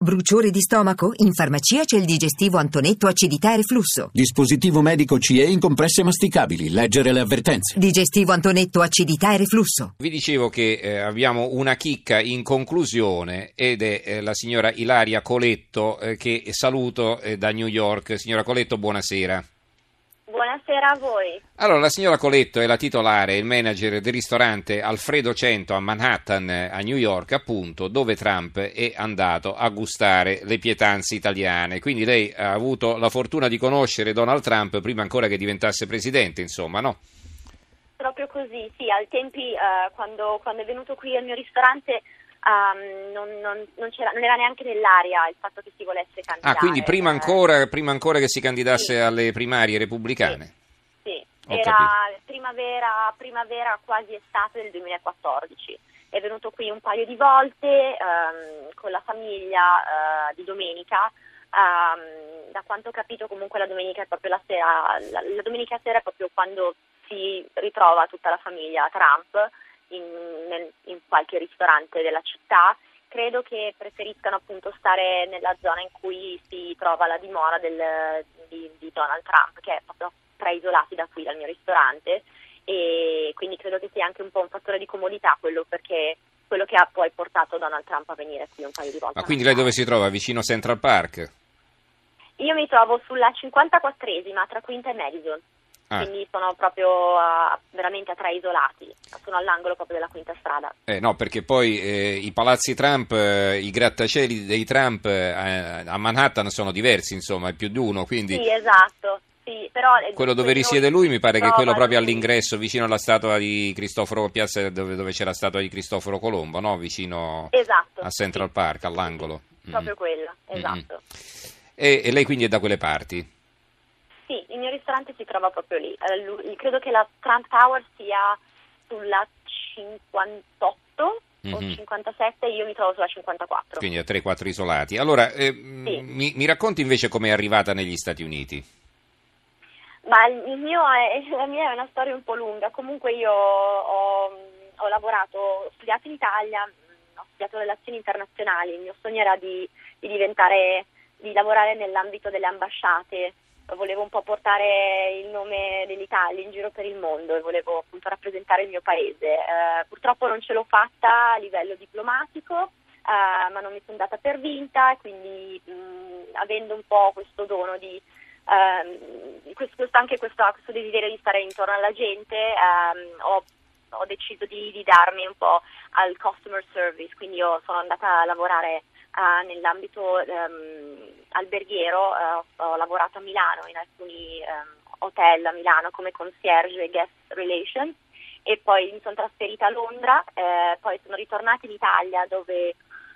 Bruciore di stomaco? In farmacia c'è il digestivo Antonetto acidità e reflusso. Dispositivo medico CE in compresse masticabili. Leggere le avvertenze. Digestivo Antonetto acidità e reflusso. Vi dicevo che abbiamo una chicca in conclusione ed è la signora Ilaria Coletto che saluto da New York. Signora Coletto, buonasera. Buonasera a voi. Allora, la signora Coletto è la titolare, il manager del ristorante Alfredo 100 a Manhattan, a New York, appunto, dove Trump è andato a gustare le pietanze italiane. Quindi lei ha avuto la fortuna di conoscere Donald Trump prima ancora che diventasse presidente, insomma, no? Proprio così, sì, ai tempi quando è venuto qui al mio ristorante non era neanche nell'aria il fatto che si volesse candidare. Ah, quindi prima ancora che si candidasse alle primarie repubblicane? Sì, era primavera quasi estate del 2014. È venuto qui un paio di volte con la famiglia di domenica. Da quanto ho capito comunque la domenica è proprio la sera, la domenica sera è proprio quando si ritrova tutta la famiglia Trump in qualche ristorante della città. Credo che preferiscano appunto stare nella zona in cui si trova la dimora di Donald Trump, che è proprio 3 isolati da qui, dal mio ristorante, e quindi credo che sia anche un po' un fattore di comodità quello che ha poi portato Donald Trump a venire qui un paio di volte. Ma quindi lei dove si trova? Vicino Central Park? Io mi trovo sulla 54esima tra Quinta e Madison. Quindi sono proprio veramente a 3 isolati, sono all'angolo proprio della Quinta Strada. No, perché poi i palazzi Trump, i grattacieli dei Trump a Manhattan sono diversi, insomma, è più di uno, quindi... Sì, esatto. Sì, però quello dove risiede lui mi pare che è quello proprio all'ingresso, vicino alla statua di Cristoforo, piazza dove c'è la statua di Cristoforo Colombo, no? Vicino a Central Park, all'angolo. Proprio quella, esatto. E lei quindi è da quelle parti? Sì, il mio ristorante si trova proprio lì. Credo che la Trump Tower sia sulla 58 o 57, io mi trovo sulla 54. Quindi a 3-4 isolati. Allora, mi racconti invece come è arrivata negli Stati Uniti? Ma la mia è una storia un po' lunga. Comunque io ho lavorato, ho studiato in Italia, ho studiato relazioni internazionali. Il mio sogno era di lavorare nell'ambito delle ambasciate. Volevo un po' portare il nome dell'Italia in giro per il mondo e volevo appunto rappresentare il mio paese. Purtroppo non ce l'ho fatta a livello diplomatico, ma non mi sono data per vinta, e quindi avendo un po' questo dono questo desiderio di stare intorno alla gente, ho deciso di darmi un po' al customer service, quindi io sono andata a lavorare nell'ambito alberghiero. Ho lavorato a Milano in alcuni hotel a Milano come concierge e guest relations, e poi mi sono trasferita a Londra, poi sono ritornata in Italia dove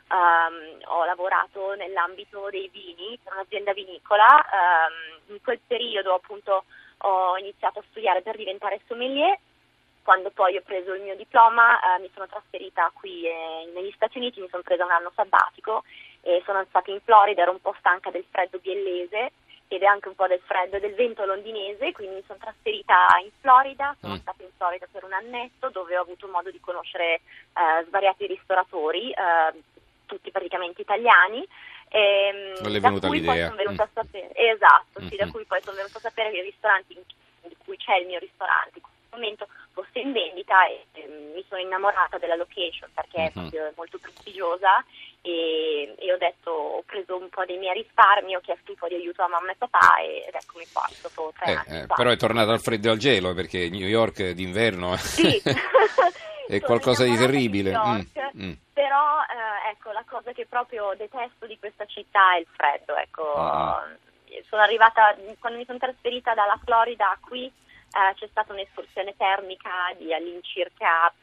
ho lavorato nell'ambito dei vini per un'azienda vinicola. In quel periodo appunto ho iniziato a studiare per diventare sommelier. Quando poi ho preso il mio diploma mi sono trasferita qui negli Stati Uniti, mi sono presa un anno sabbatico e sono stata in Florida. Ero un po' stanca del freddo biellese ed anche un po' del freddo e del vento londinese, quindi mi sono trasferita in Florida. Sono stata in Florida per un annetto, dove ho avuto modo di conoscere svariati ristoratori, tutti praticamente italiani. Non è venuta l'idea. Poi sono venuta a sapere, esatto, sì, da cui poi sono venuta a sapere che i ristoranti di cui c'è il mio ristorante momento fosse in vendita, e mi sono innamorata della location perché è proprio molto prestigiosa, e ho detto, ho preso un po' dei miei risparmi, ho chiesto un po' di aiuto a mamma e papà ed eccomi qua dopo 3 anni. Però è tornato al freddo e al gelo, perché New York d'inverno sì. è qualcosa di terribile. Però ecco, la cosa che proprio detesto di questa città è il freddo, ecco. Sono arrivata, quando mi sono trasferita dalla Florida qui, c'è stata un'escursione termica di all'incirca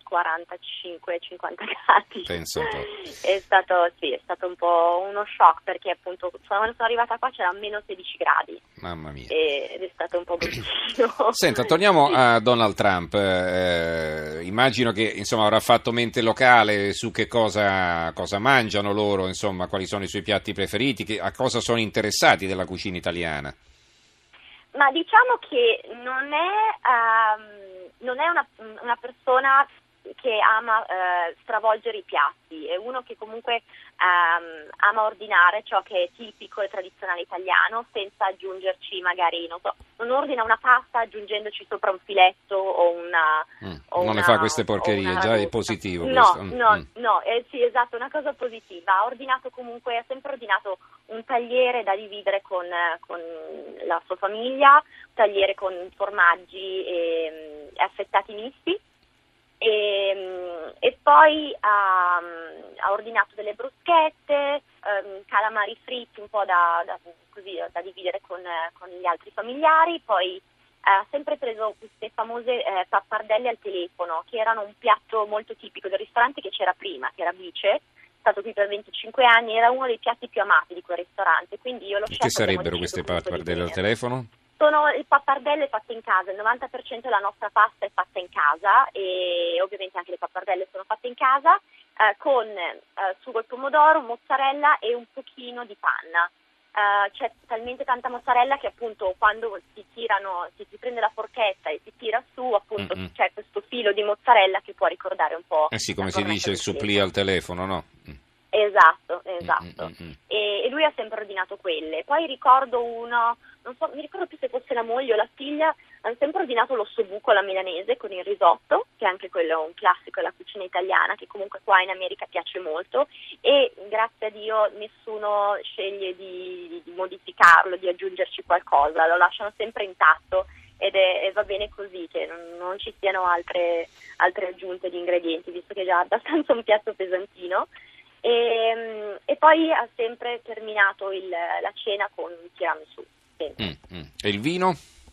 45-50 gradi. Penso un po'. È stato un po' uno shock, perché appunto quando sono arrivata qua c'era meno 16 gradi. Mamma mia. Ed è stato un po' bruttino. Senta, torniamo a Donald Trump. Immagino che insomma avrà fatto mente locale su che cosa mangiano loro, insomma, quali sono i suoi piatti preferiti, a cosa sono interessati della cucina italiana. Ma diciamo che non è una persona che ama stravolgere i piatti, è uno che comunque ama ordinare ciò che è tipico e tradizionale italiano senza aggiungerci magari, non ordina una pasta aggiungendoci sopra un filetto o una... non ne fa queste porcherie, già è positivo no, questo. Sì, esatto, una cosa positiva. Ha sempre ordinato un tagliere da dividere con la sua famiglia, un tagliere con formaggi e affettati misti. E poi ha ordinato delle bruschette, calamari fritti un po' da dividere con gli altri familiari. Poi ha sempre preso queste famose pappardelle al telefono, che erano un piatto molto tipico del ristorante che c'era prima, che era Bice, è stato qui per 25 anni, era uno dei piatti più amati di quel ristorante, quindi io lo scelgo. Che sarebbero queste pappardelle al telefono? Sono le pappardelle fatte in casa, il 90% della nostra pasta è fatta in casa e ovviamente anche le pappardelle sono fatte in casa, con sugo al pomodoro, mozzarella e un pochino di panna. C'è talmente tanta mozzarella che appunto quando si prende la forchetta e si tira su, appunto c'è questo filo di mozzarella che può ricordare un po'. Sì, come si dice il supplì al telefono, no? Esatto. E lui ha sempre ordinato quelle. Poi ricordo mi ricordo più se fosse la moglie o la figlia, hanno sempre ordinato l'ossobuco alla milanese con il risotto, che anche quello è un classico della cucina italiana, che comunque qua in America piace molto, e grazie a Dio nessuno sceglie di modificarlo, di aggiungerci qualcosa, lo lasciano sempre intatto e va bene così, che non ci siano altre aggiunte di ingredienti, visto che è già abbastanza un piatto pesantino. E poi ha sempre terminato la cena con un tiramisù. E il vino?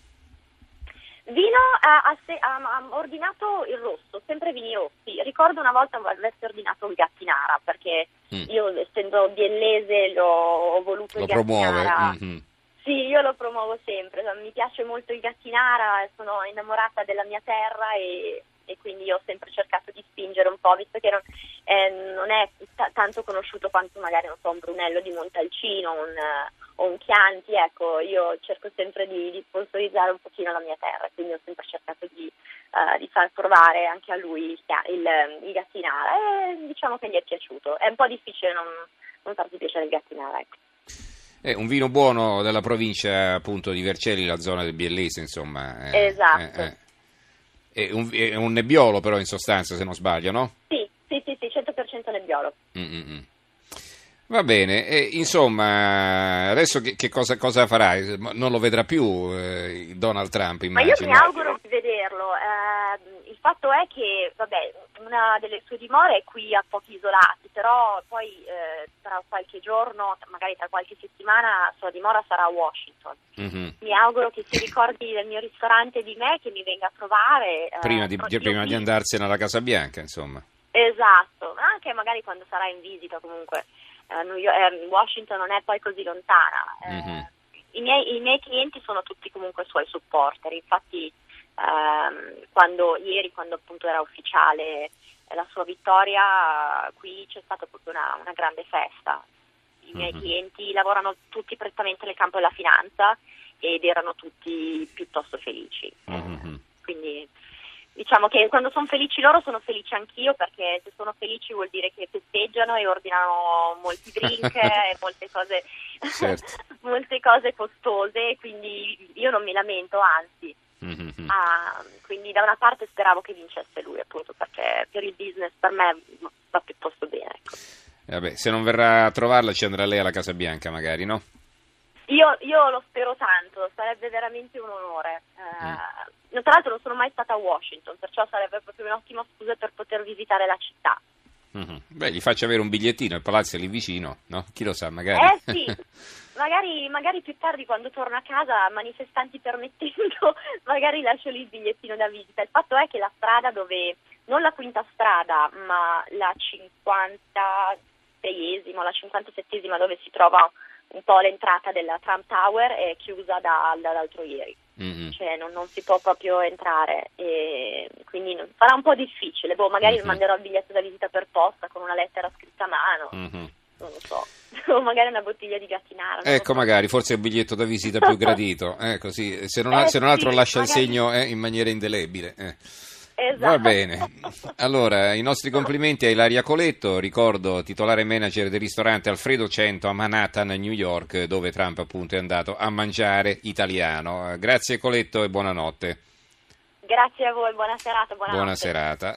Vino ha ordinato il rosso, sempre vini rossi. Ricordo una volta avesse ordinato il Gattinara, perché io, essendo biellese, ho voluto il Gattinara. Promuove. Sì, io lo promuovo sempre, mi piace molto il Gattinara, sono innamorata della mia terra e quindi io ho sempre cercato di spingere un po', visto che non è tanto conosciuto quanto magari, un Brunello di Montalcino o un Chianti. Ecco, io cerco sempre di sponsorizzare un pochino la mia terra, quindi ho sempre cercato di far provare anche a lui il Gattinara, e diciamo che gli è piaciuto. È un po' difficile non farsi piacere il Gattinara, ecco. È un vino buono della provincia appunto di Vercelli, la zona del Biellese, insomma. Esatto. È un nebbiolo però, in sostanza, se non sbaglio, no? Sì, 100% nebbiolo. Va bene, insomma, adesso che cosa farai? Non lo vedrà più Donald Trump, immagino. Ma io mi auguro di vederlo. Il fatto è che, vabbè, una delle sue dimore è qui a pochi isolati, però poi tra qualche giorno, magari tra qualche settimana, la sua dimora sarà a Washington. Mi auguro che si ricordi del mio ristorante e di me, che mi venga a trovare. Prima di andarsene alla Casa Bianca, insomma. Esatto, anche magari quando sarà in visita comunque. Washington non è poi così lontana. I miei clienti sono tutti comunque suoi supporter, infatti quando appunto era ufficiale la sua vittoria, qui c'è stata proprio una grande festa. I miei clienti lavorano tutti prettamente nel campo della finanza ed erano tutti piuttosto felici. Quindi diciamo che quando sono felici loro, sono felice anch'io, perché se sono felici vuol dire che festeggiano e ordinano molti drink e molte cose, certo. Molte cose costose, quindi io non mi lamento, anzi. Quindi da una parte speravo che vincesse lui, appunto, perché per il business per me va piuttosto bene, ecco. Vabbè, se non verrà a trovarla ci andrà lei alla Casa Bianca magari, no? Io lo spero tanto, sarebbe veramente un onore. Tra l'altro non sono mai stata a Washington, perciò sarebbe proprio un'ottima scusa per poter visitare la città. Beh, gli faccio avere un bigliettino, il palazzo è lì vicino, no? Chi lo sa, magari. Sì, magari più tardi, quando torno a casa, manifestanti permettendo, magari lascio lì il bigliettino da visita. Il fatto è che la strada non la quinta strada, ma la 56esima, la 57esima, dove si trova un po' l'entrata della Trump Tower, è chiusa dall'altro ieri. Cioè non si può proprio entrare, e quindi sarà un po' difficile. Magari manderò il biglietto da visita per posta con una lettera scritta a mano, non lo so, o magari una bottiglia di Gattinara. Ecco, magari forse è il biglietto da visita più gradito, così se non altro lascia il segno in maniera indelebile. Esatto. Va bene, allora i nostri complimenti a Ilaria Coletto, ricordo titolare manager del ristorante Alfredo 100 a Manhattan, New York, dove Trump appunto è andato a mangiare italiano. Grazie Coletto e buonanotte. Grazie a voi, buona serata. Buona serata.